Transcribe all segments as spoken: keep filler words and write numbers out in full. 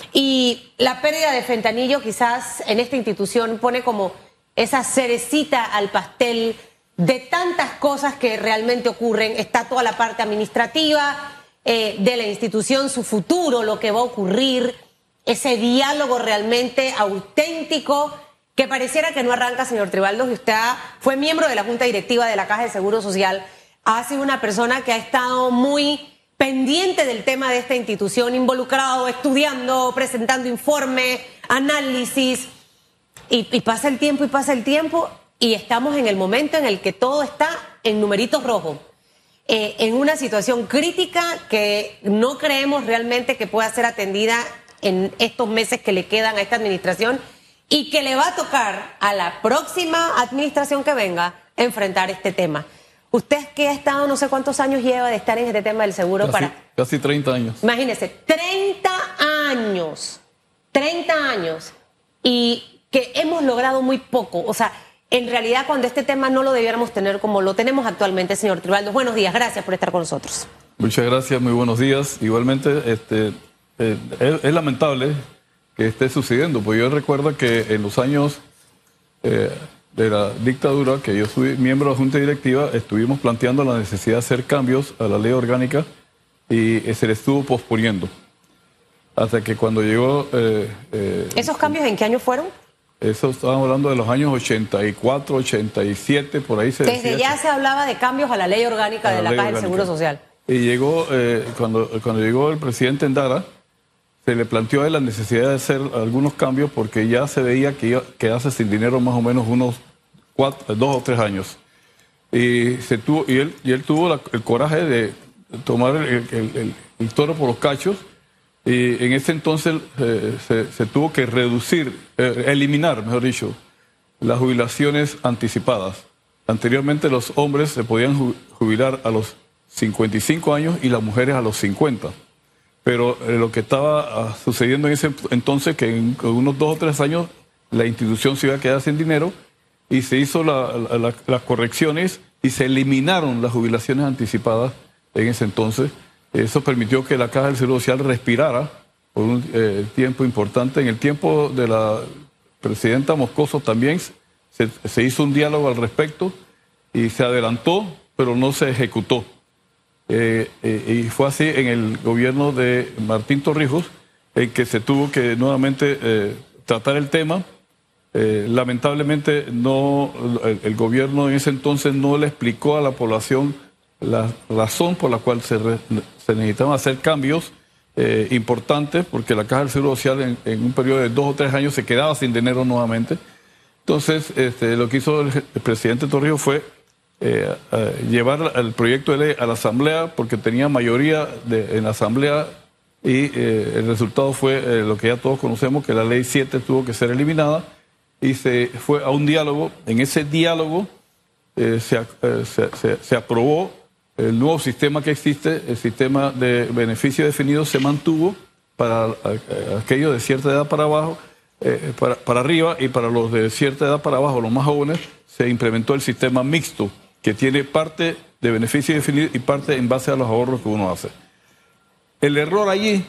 Y la pérdida de fentanilo quizás en esta institución pone como esa cerecita al pastel de tantas cosas que realmente ocurren. Está toda la parte administrativa eh, de la institución, su futuro, lo que va a ocurrir, ese diálogo realmente auténtico que pareciera que no arranca, señor Tribaldos. Y usted fue miembro de la Junta Directiva de la Caja de Seguro Social, ha sido una persona que ha estado muy pendiente del tema de esta institución, involucrado, estudiando, presentando informes, análisis, y, y pasa el tiempo y pasa el tiempo, y estamos en el momento en el que todo está en numeritos rojos, eh, en una situación crítica que no creemos realmente que pueda ser atendida en estos meses que le quedan a esta administración y que le va a tocar a la próxima administración que venga enfrentar este tema. Usted que ha estado, no sé cuántos años lleva de estar en este tema del seguro casi, para... Casi treinta años. Imagínese, treinta años, treinta años, y que hemos logrado muy poco. O sea, en realidad cuando este tema no lo debiéramos tener como lo tenemos actualmente, señor Tribaldos. Buenos días, gracias por estar con nosotros. Muchas gracias, muy buenos días. Igualmente, este, eh, es, es lamentable que esté sucediendo, porque yo recuerdo que en los años... Eh, de la dictadura, que yo fui miembro de la Junta Directiva, estuvimos planteando la necesidad de hacer cambios a la ley orgánica y se le estuvo posponiendo. Hasta que cuando llegó... Eh, eh, ¿Esos cambios en qué año fueron? Eso estábamos hablando de los años ochenta y cuatro, ochenta y siete, por ahí se Desde decía ya que, se hablaba de cambios a la ley orgánica de la, la Caja del Seguro Social. Y llegó, eh, cuando, cuando llegó el presidente Endara, se le planteó a él la necesidad de hacer algunos cambios porque ya se veía que iba a quedarse sin dinero más o menos unos cuatro, dos o tres años. Y, se tuvo, y, él, y él tuvo la, el coraje de tomar el, el, el, el toro por los cachos, y en ese entonces eh, se, se tuvo que reducir, eh, eliminar, mejor dicho, las jubilaciones anticipadas. Anteriormente los hombres se podían jubilar a los cincuenta y cinco años y las mujeres a los cincuenta. Pero eh, lo que estaba uh, sucediendo en ese entonces, que en unos dos o tres años la institución se iba a quedar sin dinero, y se hizo la, la, la, las correcciones y se eliminaron las jubilaciones anticipadas en ese entonces. Eso permitió que la Caja del Seguro Social respirara por un eh, tiempo importante. En el tiempo de la presidenta Moscoso también se, se hizo un diálogo al respecto y se adelantó, pero no se ejecutó. Eh, eh, y fue así en el gobierno de Martín Torrijos, en que se tuvo que nuevamente eh, tratar el tema. Eh, lamentablemente no, el, el gobierno en ese entonces no le explicó a la población la razón por la cual se, re, se necesitaban hacer cambios eh, importantes, porque la Caja del Seguro Social en, en un periodo de dos o tres años se quedaba sin dinero nuevamente. Entonces, este, lo que hizo el, el presidente Torrijos fue Eh, eh, llevar el proyecto de ley a la Asamblea, porque tenía mayoría de, en la Asamblea, y eh, el resultado fue eh, lo que ya todos conocemos, que la ley siete tuvo que ser eliminada, y se fue a un diálogo. En ese diálogo eh, se, eh, se, se, se aprobó el nuevo sistema que existe. El sistema de beneficio definido se mantuvo para eh, aquellos de cierta edad para abajo, eh, para, para arriba, y para los de cierta edad para abajo, los más jóvenes, se implementó el sistema mixto, que tiene parte de beneficio definido y parte en base a los ahorros que uno hace. El error allí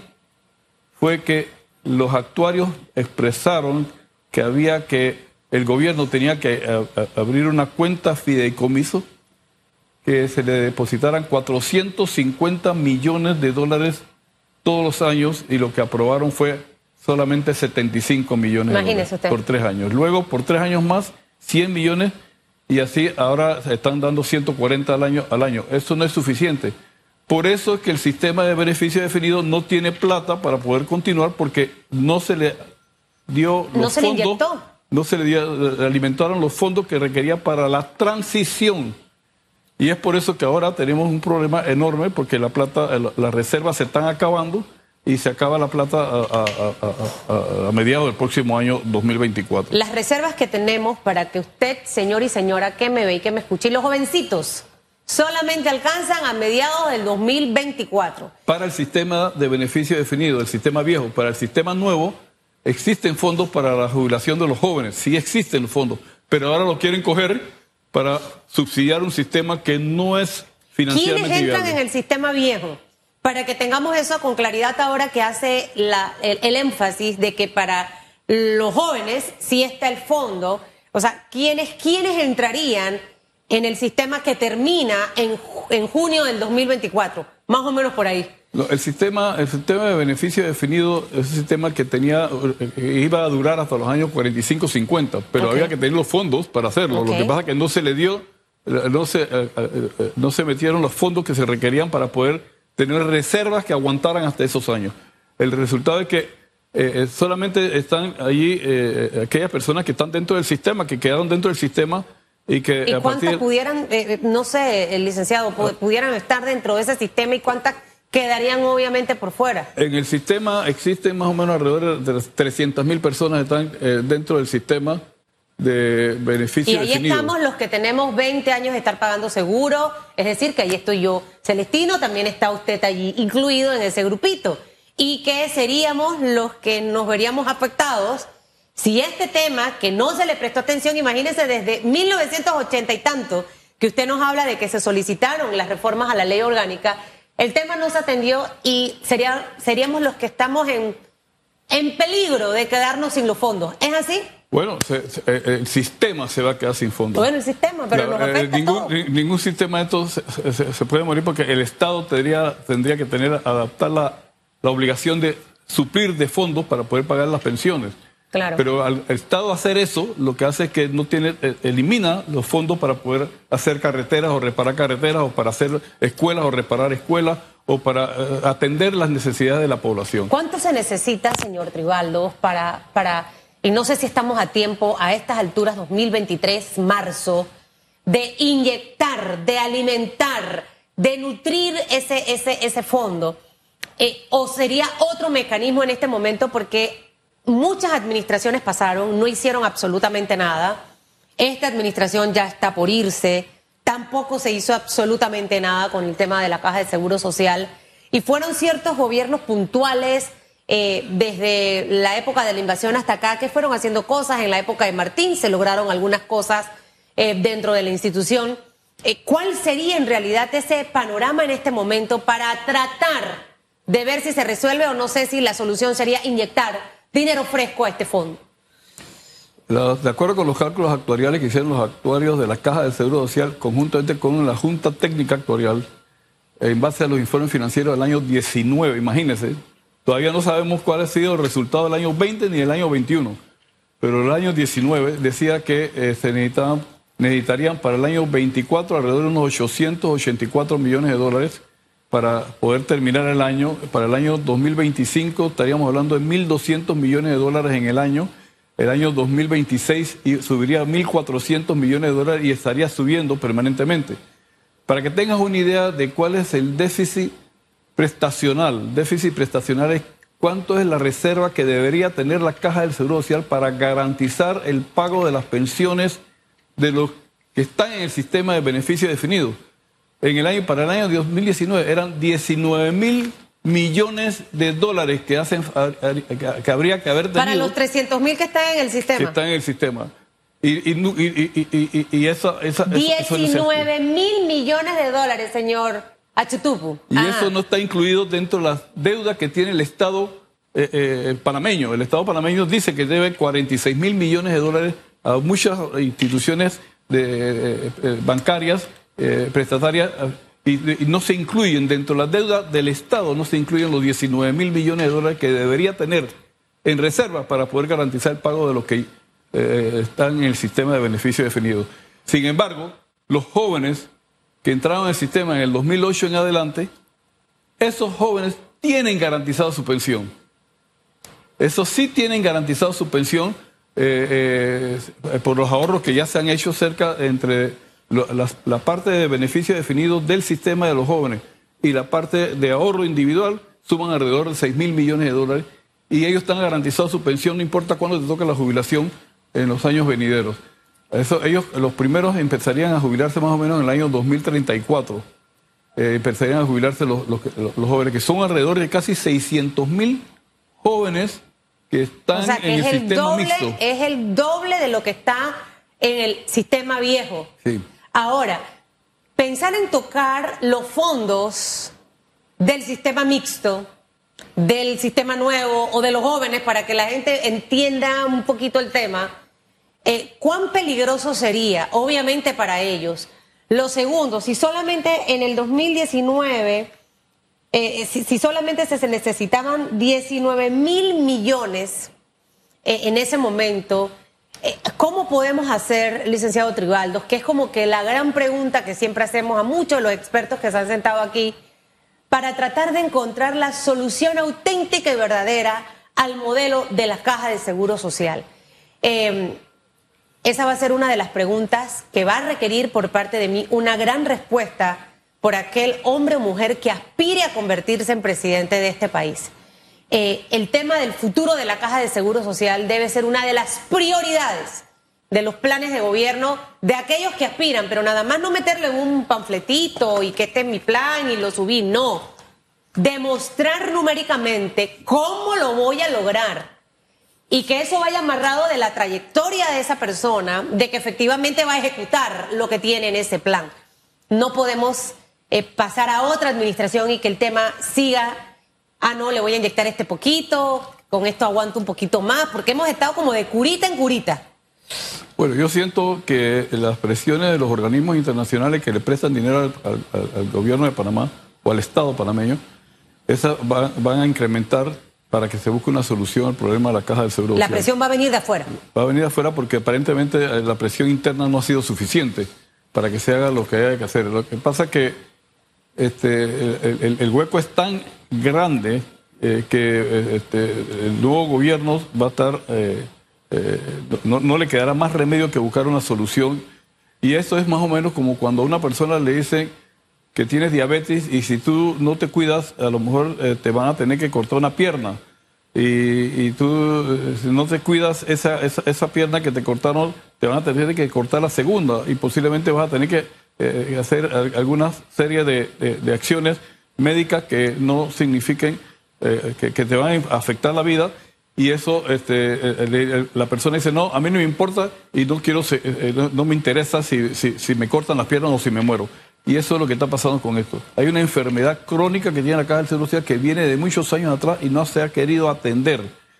fue que los actuarios expresaron que había que, el gobierno tenía que a, a, abrir una cuenta fideicomiso, que se le depositaran cuatrocientos cincuenta millones de dólares todos los años, y lo que aprobaron fue solamente setenta y cinco millones de dólares por tres años. Luego, por tres años más, cien millones. Y así ahora se están dando ciento cuarenta al año, al año. Eso no es suficiente. Por eso es que el sistema de beneficio definido no tiene plata para poder continuar, porque no se le dio los no se fondos, le inyectó. No se le, dio, le alimentaron los fondos que requería para la transición. Y es por eso que ahora tenemos un problema enorme, porque la plata, las reservas se están acabando, y se acaba la plata a, a, a, a, a mediados del próximo año dos mil veinticuatro. Las reservas que tenemos, para que usted, señor y señora, que me ve y que me escuche, y los jovencitos, solamente alcanzan a mediados del dos mil veinticuatro. Para el sistema de beneficio definido, el sistema viejo. Para el sistema nuevo, existen fondos para la jubilación de los jóvenes. Sí existen los fondos, pero ahora lo quieren coger para subsidiar un sistema que no es financieramente ¿Quiénes entran viable. en el sistema viejo? para que tengamos eso con claridad ahora que hace la, el, el énfasis de que para los jóvenes sí está el fondo, o sea, ¿quiénes, quiénes entrarían en el sistema que termina en, en junio del dos mil veinticuatro? Más o menos por ahí. No, el sistema, el sistema de beneficio definido es un sistema que tenía, iba a durar hasta los años cuarenta y cinco, cincuenta, pero okay. había que tener los fondos para hacerlo. Okay. Lo que pasa es que no se le dio, no se, no se metieron los fondos que se requerían para poder tener reservas que aguantaran hasta esos años. El resultado es que eh, solamente están allí eh, aquellas personas que están dentro del sistema, que quedaron dentro del sistema. ¿Y, que ¿Y a cuántas partir... pudieran, eh, no sé, el licenciado, pudieran estar dentro de ese sistema y cuántas quedarían obviamente por fuera? En el sistema existen más o menos alrededor de trescientas mil personas que están eh, dentro del sistema de beneficio definido. Y ahí definido. Estamos los que tenemos veinte años de estar pagando seguro, es decir, que ahí estoy yo. Celestino, también está usted allí incluido en ese grupito. Y que seríamos los que nos veríamos afectados si este tema, que no se le prestó atención, imagínense desde mil novecientos ochenta y tanto, que usted nos habla de que se solicitaron las reformas a la ley orgánica, el tema no se atendió y sería, seríamos los que estamos en, en peligro de quedarnos sin los fondos. ¿Es así? Bueno, se, se, el sistema se va a quedar sin fondos. Bueno, el sistema, pero la, nos afecta eh, ningún, todo. Ningún sistema de estos se, se, se puede morir porque el Estado tendría, tendría que tener, adaptar la, la obligación de suplir de fondos para poder pagar las pensiones. Claro. Pero al Estado hacer eso, lo que hace es que no tiene, elimina los fondos para poder hacer carreteras o reparar carreteras, o para hacer escuelas o reparar escuelas, o para uh, atender las necesidades de la población. ¿Cuánto se necesita, señor Tribaldos, para, para, y no sé si estamos a tiempo, a estas alturas, dos mil veintitrés, marzo, de inyectar, de alimentar, de nutrir ese, ese, ese fondo? Eh, ¿O sería otro mecanismo en este momento? Porque muchas administraciones pasaron, no hicieron absolutamente nada. Esta administración ya está por irse. Tampoco se hizo absolutamente nada con el tema de la Caja de Seguro Social. Y fueron ciertos gobiernos puntuales, eh, desde la época de la invasión hasta acá, que fueron haciendo cosas. En la época de Martín se lograron algunas cosas eh, dentro de la institución. Eh, ¿Cuál sería en realidad ese panorama en este momento para tratar de ver si se resuelve, o no sé si la solución sería inyectar dinero fresco a este fondo? La, de acuerdo con los cálculos actuariales que hicieron los actuarios de la Caja de Seguro Social, conjuntamente con la Junta Técnica Actuarial, en base a los informes financieros del año diecinueve, imagínense, todavía no sabemos cuál ha sido el resultado del año veinte ni del año veintiuno, pero el año diecinueve decía que eh, se necesitaban, necesitarían para el año veinticuatro alrededor de unos ochocientos ochenta y cuatro millones de dólares para poder terminar el año. Para el año dos mil veinticinco estaríamos hablando de mil doscientos millones de dólares en el año. El año dos mil veintiséis subiría a mil cuatrocientos millones de dólares y estaría subiendo permanentemente. Para que tengas una idea de cuál es el déficit prestacional, déficit prestacional es cuánto es la reserva que debería tener la Caja del Seguro Social para garantizar el pago de las pensiones de los que están en el sistema de beneficio definido. En el año, para el año dos mil diecinueve eran diecinueve mil millones de dólares que hacen que habría que haber tenido. Para los trescientos mil que están en el sistema. Que están en el sistema. Y, y, y, y, y, y esa, esa, diecinueve mil millones de dólares, señor Achutupu. Y Ajá. Eso no está incluido dentro de las deudas que tiene el Estado eh, eh, panameño. El Estado panameño dice que debe cuarenta y seis mil millones de dólares a muchas instituciones de, eh, eh, bancarias, eh, prestatarias, y, y no se incluyen dentro de las deudas del Estado, no se incluyen los diecinueve mil millones de dólares que debería tener en reserva para poder garantizar el pago de los que eh, están en el sistema de beneficio definido. Sin embargo, los jóvenes que entraron en el sistema en el dos mil ocho en adelante, esos jóvenes tienen garantizado su pensión. Esos sí tienen garantizado su pensión eh, eh, por los ahorros que ya se han hecho cerca entre lo, la, la parte de beneficio definido del sistema de los jóvenes y la parte de ahorro individual, suman alrededor de seis mil millones de dólares, y ellos están garantizados su pensión, no importa cuándo te toque la jubilación en los años venideros. Eso, ellos, los primeros empezarían a jubilarse más o menos en el año dos mil treinta y cuatro. Eh, empezarían a jubilarse los, los, los jóvenes, que son alrededor de casi seiscientos mil jóvenes que están, o sea, que en el, el sistema doble, mixto. Es el doble de lo que está en el sistema viejo. Sí. Ahora, pensar en tocar los fondos del sistema mixto, del sistema nuevo o de los jóvenes, para que la gente entienda un poquito el tema, eh, ¿cuán peligroso sería, obviamente para ellos? Lo segundo, si solamente en el dos mil diecinueve, eh, si, si solamente se necesitaban diecinueve mil millones eh, en ese momento, eh, ¿cómo podemos hacer, licenciado Tribaldos? Que es como que la gran pregunta que siempre hacemos a muchos de los expertos que se han sentado aquí, para tratar de encontrar la solución auténtica y verdadera al modelo de la Caja de Seguro Social. Eh, esa va a ser una de las preguntas que va a requerir por parte de mí una gran respuesta por aquel hombre o mujer que aspire a convertirse en presidente de este país. Eh, el tema del futuro de la Caja de Seguro Social debe ser una de las prioridades de los planes de gobierno de aquellos que aspiran, pero nada más no meterlo en un panfletito y que este es mi plan y lo subí, no. Demostrar numéricamente cómo lo voy a lograr y que eso vaya amarrado de la trayectoria de esa persona, de que efectivamente va a ejecutar lo que tiene en ese plan. No podemos eh, pasar a otra administración y que el tema siga, ah, no, le voy a inyectar este poquito, con esto aguanto un poquito más, porque hemos estado como de curita en curita. Bueno, yo siento que las presiones de los organismos internacionales que le prestan dinero al, al, al gobierno de Panamá o al Estado panameño, esas va, van a incrementar para que se busque una solución al problema de la Caja del Seguro Social. La presión va a venir de afuera. Va a venir de afuera porque aparentemente la presión interna no ha sido suficiente para que se haga lo que haya que hacer. Lo que pasa es que este, el, el, el hueco es tan grande eh, que este, el nuevo gobierno va a estar... Eh, Eh, no, no le quedará más remedio que buscar una solución. Y esto es más o menos como cuando a una persona le dicen que tienes diabetes y si tú no te cuidas, a lo mejor eh, te van a tener que cortar una pierna. Y, y tú, eh, si no te cuidas, esa, esa, esa pierna que te cortaron, te van a tener que cortar la segunda. Y posiblemente vas a tener que eh, hacer alguna serie de, de, de acciones médicas que no signifiquen eh, que, que te van a afectar la vida. Y eso, este, la persona dice, no, a mí no me importa y no quiero, no me interesa si, si, si me cortan las piernas o si me muero. Y eso es lo que está pasando con esto. Hay una enfermedad crónica que tiene la Caja del Seguro Social que viene de muchos años atrás y no se ha querido atender.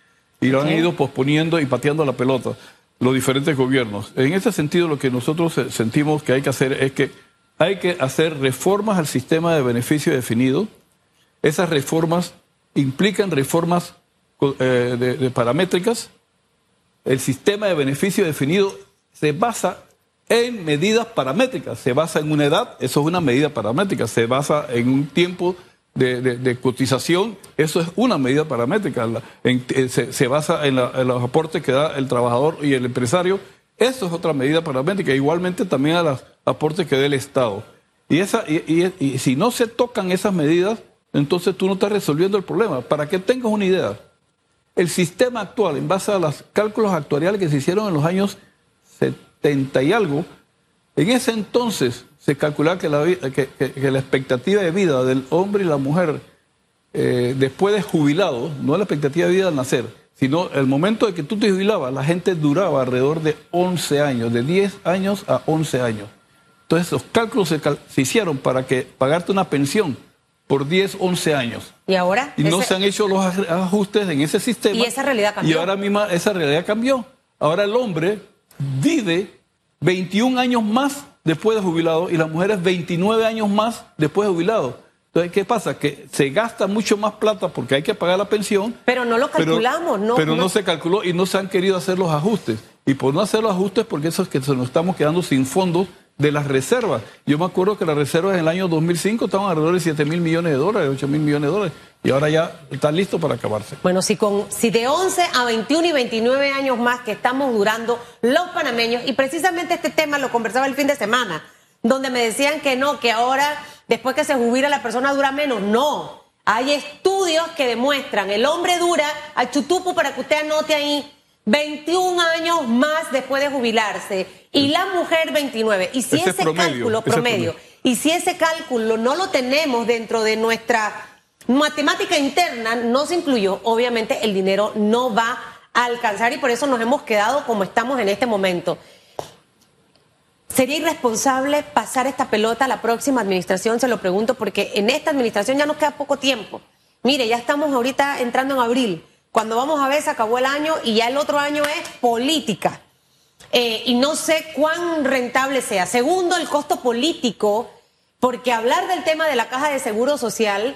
Y lo han ido posponiendo y pateando la pelota los diferentes gobiernos. En ese sentido, lo que nosotros sentimos que hay que hacer es que hay que hacer reformas al sistema de beneficio definido. Esas reformas implican reformas De, de, de paramétricas. El sistema de beneficio definido se basa en medidas paramétricas, se basa en una edad, eso es una medida paramétrica, se basa en un tiempo de, de, de cotización, eso es una medida paramétrica, la, en, se, se basa en, la, en los aportes que da el trabajador y el empresario, eso es otra medida paramétrica, igualmente también a los aportes que dé el Estado. Y, esa, y, y, y si no se tocan esas medidas, entonces tú no estás resolviendo el problema. Para que tengas una idea, el sistema actual, en base a los cálculos actuariales que se hicieron en los años setenta y algo, en ese entonces se calculaba que la, que, que, que la expectativa de vida del hombre y la mujer eh, después de jubilado, no la expectativa de vida al nacer, sino el momento de que tú te jubilabas, la gente duraba alrededor de once años, de diez años a once años. Entonces los cálculos se, cal se hicieron para que pagarte una pensión por diez, once años. ¿Y ahora? Y no ese... se han hecho los ajustes en ese sistema. Y esa realidad cambió. Y ahora misma esa realidad cambió. Ahora el hombre vive veintiún años más después de jubilado y las mujeres veintinueve años más después de jubilado. Entonces, ¿qué pasa? Que se gasta mucho más plata porque hay que pagar la pensión. Pero no lo calculamos, pero, no. Pero no, no se calculó y no se han querido hacer los ajustes. Y por no hacer los ajustes, porque eso es que nos estamos quedando sin fondos de las reservas. Yo me acuerdo que las reservas en el año dos mil cinco estaban alrededor de siete mil millones de dólares, ocho mil millones de dólares, y ahora ya están listos para acabarse. Bueno, si, con, si de once a veintiuno y veintinueve años más que estamos durando los panameños, y precisamente este tema lo conversaba el fin de semana, donde me decían que no, que ahora, después que se jubila la persona dura menos. No, hay estudios que demuestran, el hombre dura, a chutupo para que usted anote ahí, veintiún años más después de jubilarse y la mujer veintinueve. Y si ese, ese promedio, cálculo promedio, y si ese cálculo no lo tenemos dentro de nuestra matemática interna, no se incluyó, obviamente el dinero no va a alcanzar y por eso nos hemos quedado como estamos en este momento. ¿Sería irresponsable pasar esta pelota a la próxima administración? Se lo pregunto porque en esta administración ya nos queda poco tiempo. Mire, ya estamos ahorita entrando en abril. Cuando vamos a ver se acabó el año y ya el otro año es política. Eh, y no sé cuán rentable sea. Segundo, el costo político, porque hablar del tema de la caja de seguro social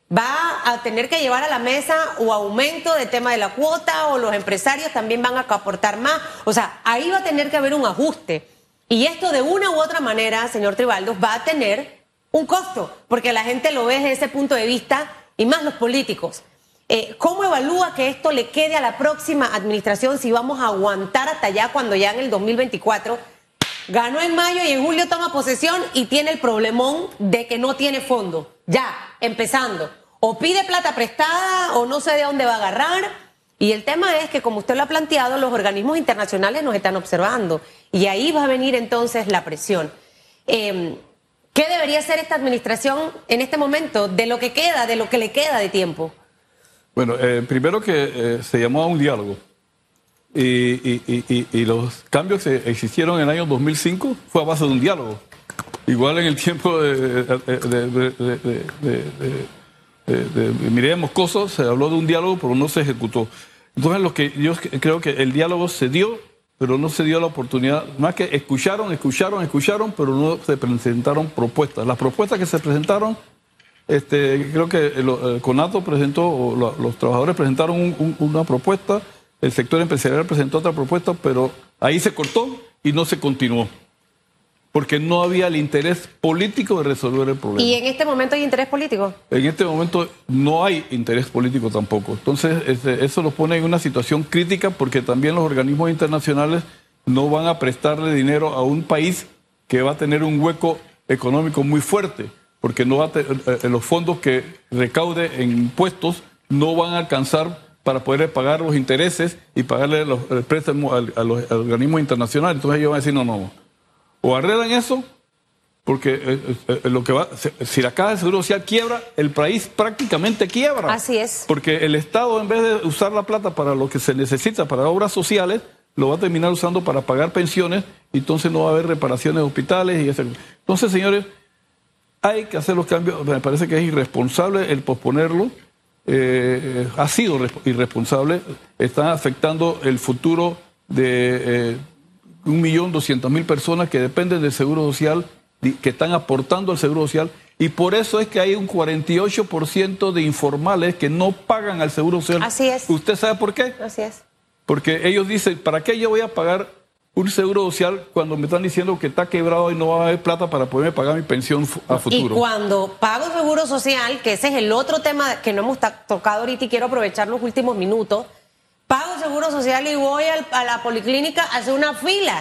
va a tener que llevar a la mesa o aumento del tema de la cuota, o los empresarios también van a aportar más. O sea, ahí va a tener que haber un ajuste. Y esto de una u otra manera, señor Tribaldos, va a tener un costo, porque la gente lo ve desde ese punto de vista, y más los políticos. Eh, ¿Cómo evalúa que esto le quede a la próxima administración si vamos a aguantar hasta allá cuando ya en el dos mil veinticuatro ganó en mayo y en julio toma posesión y tiene el problemón de que no tiene fondo? Ya, empezando. O pide plata prestada o no sé de dónde va a agarrar. Y el tema es que, como usted lo ha planteado, los organismos internacionales nos están observando. Y ahí va a venir entonces la presión. Eh, ¿Qué debería hacer esta administración en este momento de lo que queda, de lo que le queda de tiempo? Bueno, eh, primero que eh, se llamó a un diálogo. Y, y, y, y los cambios que existieron en el año dos mil cinco fue a base de un diálogo. Igual en el tiempo de, de, de, de, de, de, de, de, de Mireya Moscoso se habló de un diálogo, pero no se ejecutó. Entonces, lo que yo creo que el diálogo se dio, pero no se dio la oportunidad. Más que escucharon, escucharon, escucharon, pero no se presentaron propuestas. Las propuestas que se presentaron, este, creo que el, el CONATO presentó, o lo, los trabajadores presentaron un, un, una propuesta, el sector empresarial presentó otra propuesta, pero ahí se cortó y no se continuó, porque no había el interés político de resolver el problema. ¿Y en este momento hay interés político? En este momento no hay interés político tampoco. Entonces, este, eso nos pone en una situación crítica, porque también los organismos internacionales no van a prestarle dinero a un país que va a tener un hueco económico muy fuerte, porque no va a te, eh, los fondos que recaude en impuestos no van a alcanzar para poder pagar los intereses y pagarle los préstamos a, a los organismos internacionales. Entonces ellos van a decir, no, no, o arreglan eso, porque eh, eh, lo que va, si la Caja de Seguro Social quiebra, el país prácticamente quiebra. Así es. Porque el Estado, en vez de usar la plata para lo que se necesita, para obras sociales, lo va a terminar usando para pagar pensiones, y entonces no va a haber reparaciones de hospitales. Y ese. Entonces, señores, hay que hacer los cambios. Me parece que es irresponsable el posponerlo. Eh, ha sido irresponsable. Está afectando el futuro de eh, un millón doscientas mil personas que dependen del Seguro Social, que están aportando al Seguro Social, y por eso es que hay un cuarenta y ocho por ciento de informales que no pagan al Seguro Social. Así es. ¿Usted sabe por qué? Así es. Porque ellos dicen, ¿para qué yo voy a pagar un Seguro Social cuando me están diciendo que está quebrado y no va a haber plata para poderme pagar mi pensión a futuro? Y cuando pago Seguro Social, que ese es el otro tema que no hemos tocado ahorita y quiero aprovechar los últimos minutos, pago Seguro Social y voy al, a la policlínica a hacer una fila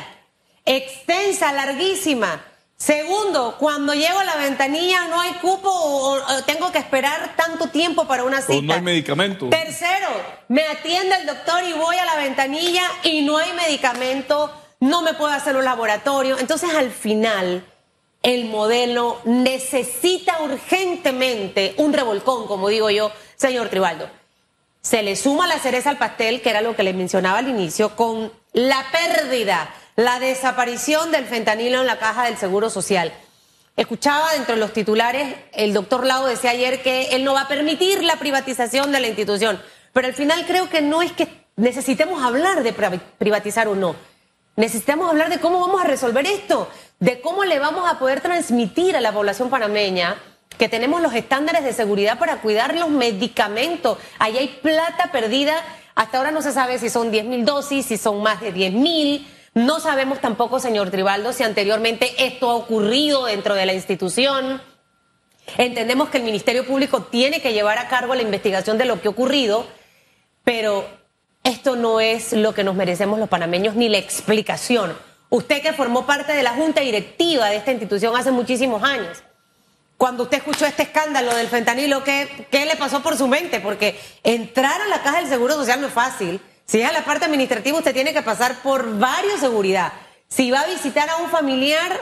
extensa, larguísima. Segundo, cuando llego a la ventanilla no hay cupo, o, o tengo que esperar tanto tiempo para una cita. O no hay medicamento. Tercero, me atiende el doctor y voy a la ventanilla y no hay medicamento, no me puedo hacer un laboratorio. Entonces, al final, el modelo necesita urgentemente un revolcón, como digo yo, señor Tribaldo. Se le suma la cereza al pastel, que era lo que le mencionaba al inicio, con la pérdida, la desaparición del fentanilo en la caja del Seguro Social. Escuchaba dentro de los titulares, el doctor Lau decía ayer que él no va a permitir la privatización de la institución, pero al final creo que no es que necesitemos hablar de privatizar o no. Necesitamos hablar de cómo vamos a resolver esto, de cómo le vamos a poder transmitir a la población panameña que tenemos los estándares de seguridad para cuidar los medicamentos. Ahí hay plata perdida. Hasta ahora no se sabe si son diez mil dosis, si son más de diez mil. No sabemos tampoco, señor Tribaldo, si anteriormente esto ha ocurrido dentro de la institución. Entendemos que el Ministerio Público tiene que llevar a cargo la investigación de lo que ha ocurrido, pero esto no es lo que nos merecemos los panameños ni la explicación. Usted, que formó parte de la junta directiva de esta institución hace muchísimos años, cuando usted escuchó este escándalo del fentanilo, ¿qué, qué le pasó por su mente? Porque entrar a la Caja del Seguro Social no es fácil. Si es a la parte administrativa, usted tiene que pasar por varios seguridad. Si va a visitar a un familiar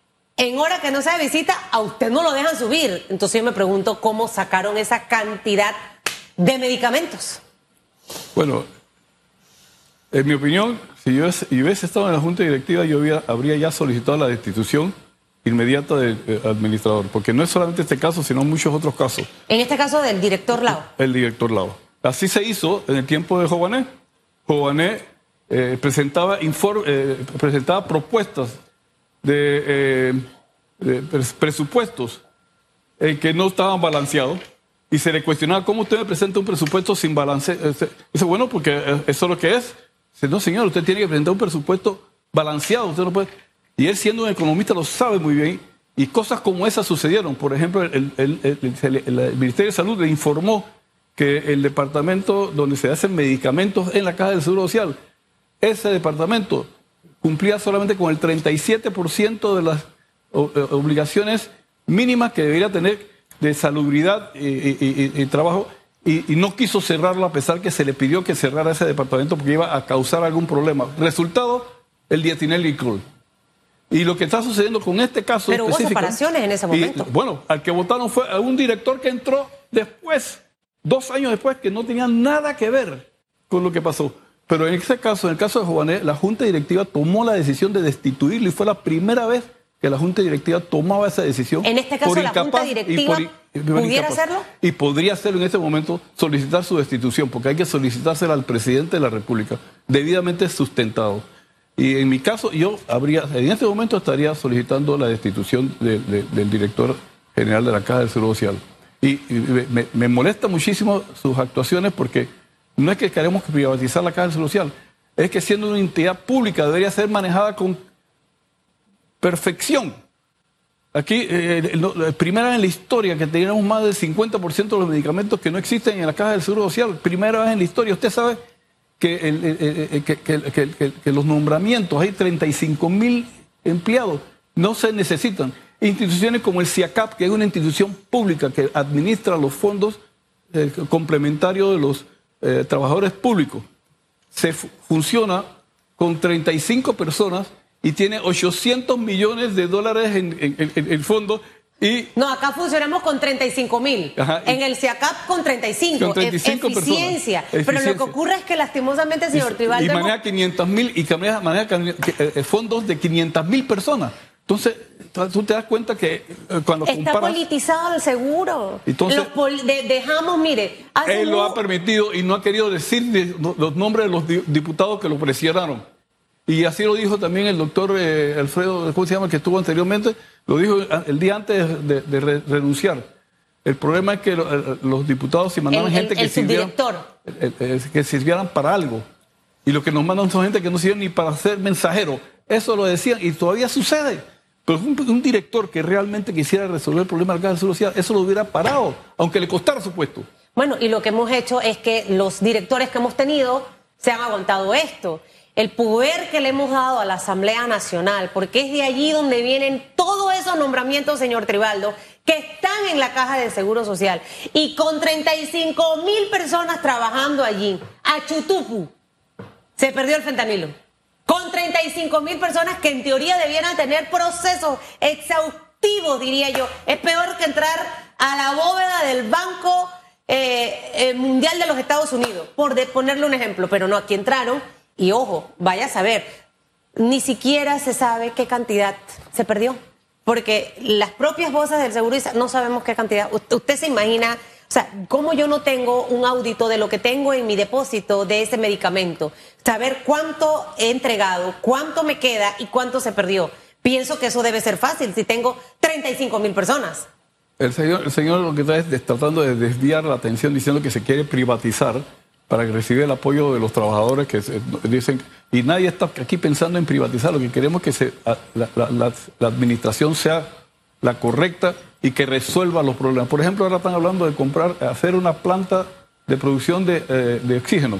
en hora que no sea de visita, a usted no lo dejan subir. Entonces yo me pregunto cómo sacaron esa cantidad de medicamentos. Bueno, En mi opinión, si yo hubiese, yo hubiese estado en la Junta Directiva, yo había, habría ya solicitado la destitución inmediata del eh, administrador, porque no es solamente este caso, sino muchos otros casos. En este caso del director Lao. El director Lao. Así se hizo en el tiempo de Jované. Jované eh, presentaba, inform, eh, presentaba propuestas de, eh, de presupuestos eh, que no estaban balanceados y se le cuestionaba cómo usted me presenta un presupuesto sin balance. Dice, bueno, porque eso es lo que es. Dice, no, señor, usted tiene que presentar un presupuesto balanceado. Usted no puede. Y él, siendo un economista, lo sabe muy bien. Y cosas como esas sucedieron. Por ejemplo, el, el, el, el, el Ministerio de Salud le informó que el departamento donde se hacen medicamentos en la Caja del Seguro Social, ese departamento cumplía solamente con el treinta y siete por ciento de las obligaciones mínimas que debería tener de salubridad y, y, y, y trabajo, y, y no quiso cerrarlo a pesar que se le pidió que cerrara ese departamento porque iba a causar algún problema. Resultado, el dietilenglicol. Y lo que está sucediendo con este caso Pero hubo separaciones en ese momento. Y, bueno, al que votaron fue a un director que entró después, dos años después, que no tenía nada que ver con lo que pasó. Pero en ese caso, en el caso de Jované, la Junta Directiva tomó la decisión de destituirlo y fue la primera vez que la Junta Directiva tomaba esa decisión. En este caso, la Junta Directiva y por, y por pudiera hacerlo. Y podría hacerlo en este momento, solicitar su destitución, porque hay que solicitársela al presidente de la República, debidamente sustentado. Y en mi caso, yo habría, en este momento estaría solicitando la destitución de, de, del director general de la Caja del Seguro Social. Y, y me, me molesta muchísimo sus actuaciones porque no es que queremos privatizar la Caja del Seguro Social, es que siendo una entidad pública debería ser manejada con perfección. Aquí, eh, primera vez en la historia que tenemos más del cincuenta por ciento de los medicamentos que no existen en la Caja del Seguro Social. Primera vez en la historia. Usted sabe que, el, el, el, que, que, que, que, que los nombramientos, hay treinta y cinco mil empleados, no se necesitan. Instituciones como el CIACAP, que es una institución pública que administra los fondos eh, complementarios de los eh, trabajadores públicos, se funciona con treinta y cinco personas y tiene ochocientos millones de dólares en, en, en, en fondos. Y, no, acá funcionamos con treinta y cinco mil. En el CIACAP con treinta y cinco. Con treinta y cinco eficiencia. Personas. Pero lo que ocurre es que lastimosamente, señor Tribaldo... Y maneja quinientos mil y maneja eh, fondos de quinientas mil personas. Entonces, tú te das cuenta que eh, cuando Está comparas... politizado el seguro. Entonces, los poli de, dejamos, mire... Él lo ha permitido y no ha querido decir de, los nombres de los diputados que lo presionaron. Y así lo dijo también el doctor eh, Alfredo, ¿cómo se llama?, que estuvo anteriormente, lo dijo el día antes de, de re renunciar. El problema es que lo, los diputados si mandaban el, gente el, que, el sirvieran, el, el, que sirvieran para algo. Y lo que nos mandan son gente que no sirven ni para ser mensajero. Eso lo decían y todavía sucede. Pero un, un director que realmente quisiera resolver el problema del Caja del Seguro Social, eso lo hubiera parado, aunque le costara su puesto. Bueno, y lo que hemos hecho es que los directores que hemos tenido se han aguantado esto. El poder que le hemos dado a la Asamblea Nacional, porque es de allí donde vienen todos esos nombramientos, señor Tribaldo, que están en la Caja de Seguro Social. Y con treinta y cinco mil personas trabajando allí, a Chutupu, se perdió el fentanilo. Con treinta y cinco mil personas que en teoría debieran tener procesos exhaustivos, diría yo. Es peor que entrar a la bóveda del Banco eh, eh, Mundial de los Estados Unidos, por de ponerle un ejemplo. Pero no, aquí entraron. Y ojo, vaya a saber, ni siquiera se sabe qué cantidad se perdió, porque las propias voces del seguro dicen, no sabemos qué cantidad. Usted, usted se imagina, o sea, cómo yo no tengo un audito de lo que tengo en mi depósito de ese medicamento, saber cuánto he entregado, cuánto me queda y cuánto se perdió. Pienso que eso debe ser fácil si tengo treinta y cinco mil personas. El señor, el señor lo que está es tratando de desviar la atención diciendo que se quiere privatizar para que reciba el apoyo de los trabajadores que se, dicen, y nadie está aquí pensando en privatizar, lo que queremos es que se, la, la, la, la administración sea la correcta y que resuelva los problemas. Por ejemplo, ahora están hablando de comprar, hacer una planta de producción de, eh, de oxígeno.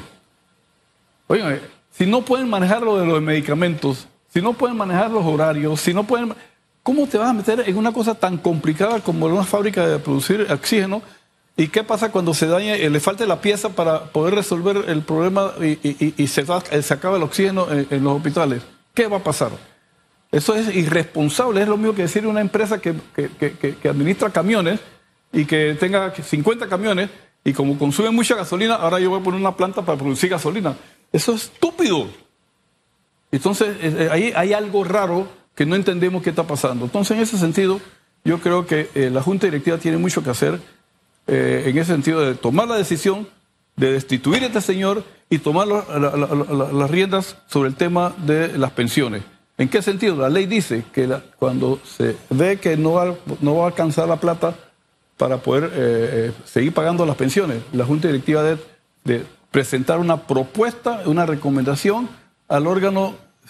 Oigan, si no pueden manejar lo de los medicamentos, si no pueden manejar los horarios, si no pueden... ¿Cómo te vas a meter en una cosa tan complicada como una fábrica de producir oxígeno? ¿Y qué pasa cuando se daña, le falta la pieza para poder resolver el problema y, y, y se, va, se acaba el oxígeno en, en los hospitales? ¿Qué va a pasar? Eso es irresponsable, es lo mismo que decir una empresa que, que, que, que administra camiones y que tenga cincuenta camiones y como consumen mucha gasolina, ahora yo voy a poner una planta para producir gasolina. Eso es estúpido. Entonces, eh, ahí hay algo raro que no entendemos qué está pasando. Entonces, en ese sentido, yo creo que eh, la Junta Directiva tiene mucho que hacer eh, en ese sentido de tomar la decisión de destituir a este señor y tomar la, la, la, la, las riendas sobre el tema de las pensiones. ¿En qué sentido? La ley dice que la, cuando se ve que no va, no va a alcanzar la plata para poder eh, eh, seguir pagando las pensiones, la Junta Directiva debe de presentar una propuesta, una recomendación al órgano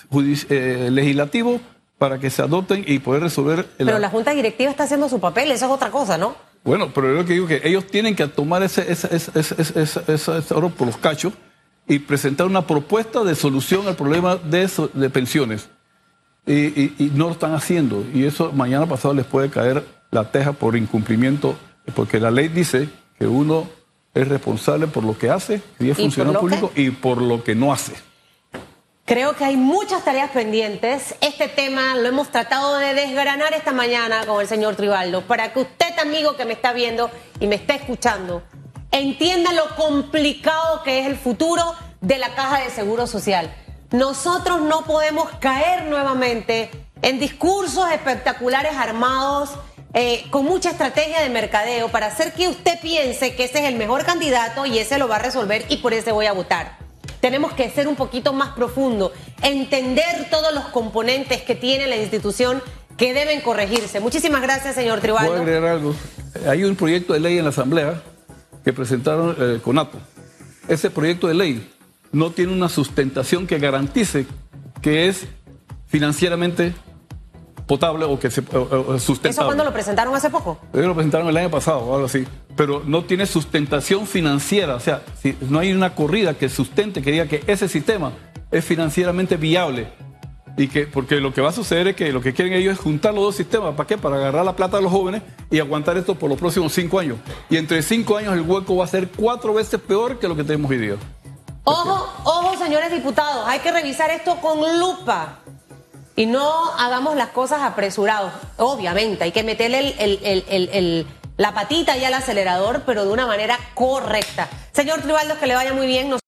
eh, legislativo para que se adopten y poder resolver... El... Pero la Junta Directiva está haciendo su papel, eso es otra cosa, ¿no? Bueno, pero yo lo que digo es que ellos tienen que tomar ese, ese, ese, ese, ese, ese, ese, ese oro por los cachos y presentar una propuesta de solución al problema de, de pensiones. Y, y, y no lo están haciendo. Y eso mañana pasado les puede caer la teja por incumplimiento, porque la ley dice que uno es responsable por lo que hace, y es funcionario público, y por lo que no hace. Creo que hay muchas tareas pendientes. Este tema lo hemos tratado de desgranar esta mañana con el señor Tribaldo, para que usted, amigo que me está viendo y me está escuchando, entienda lo complicado que es el futuro de la Caja de Seguro Social. Nosotros no podemos caer nuevamente en discursos espectaculares armados eh, con mucha estrategia de mercadeo para hacer que usted piense que ese es el mejor candidato y ese lo va a resolver y por ese voy a votar. Tenemos que ser un poquito más profundo, entender todos los componentes que tiene la institución que deben corregirse. Muchísimas gracias, señor Tribaldo. Voy a agregar algo. Hay un proyecto de ley en la Asamblea que presentaron el CONATO. Ese proyecto de ley no tiene una sustentación que garantice que es financieramente potable o que se o, o sustentable. ¿Eso cuándo lo presentaron hace poco? Ellos lo presentaron el año pasado o algo así, pero no tiene sustentación financiera, o sea, si no hay una corrida que sustente, que diga que ese sistema es financieramente viable y que, porque lo que va a suceder es que lo que quieren ellos es juntar los dos sistemas, ¿para qué? Para agarrar la plata de los jóvenes y aguantar esto por los próximos cinco años. Y entre cinco años el hueco va a ser cuatro veces peor que lo que tenemos hoy día. Ojo, ojo, señores diputados, hay que revisar esto con lupa y no hagamos las cosas apresurados. Obviamente, hay que meterle el, el, el, el, el, la patita ahí al acelerador, pero de una manera correcta. Señor Tribaldo, que le vaya muy bien.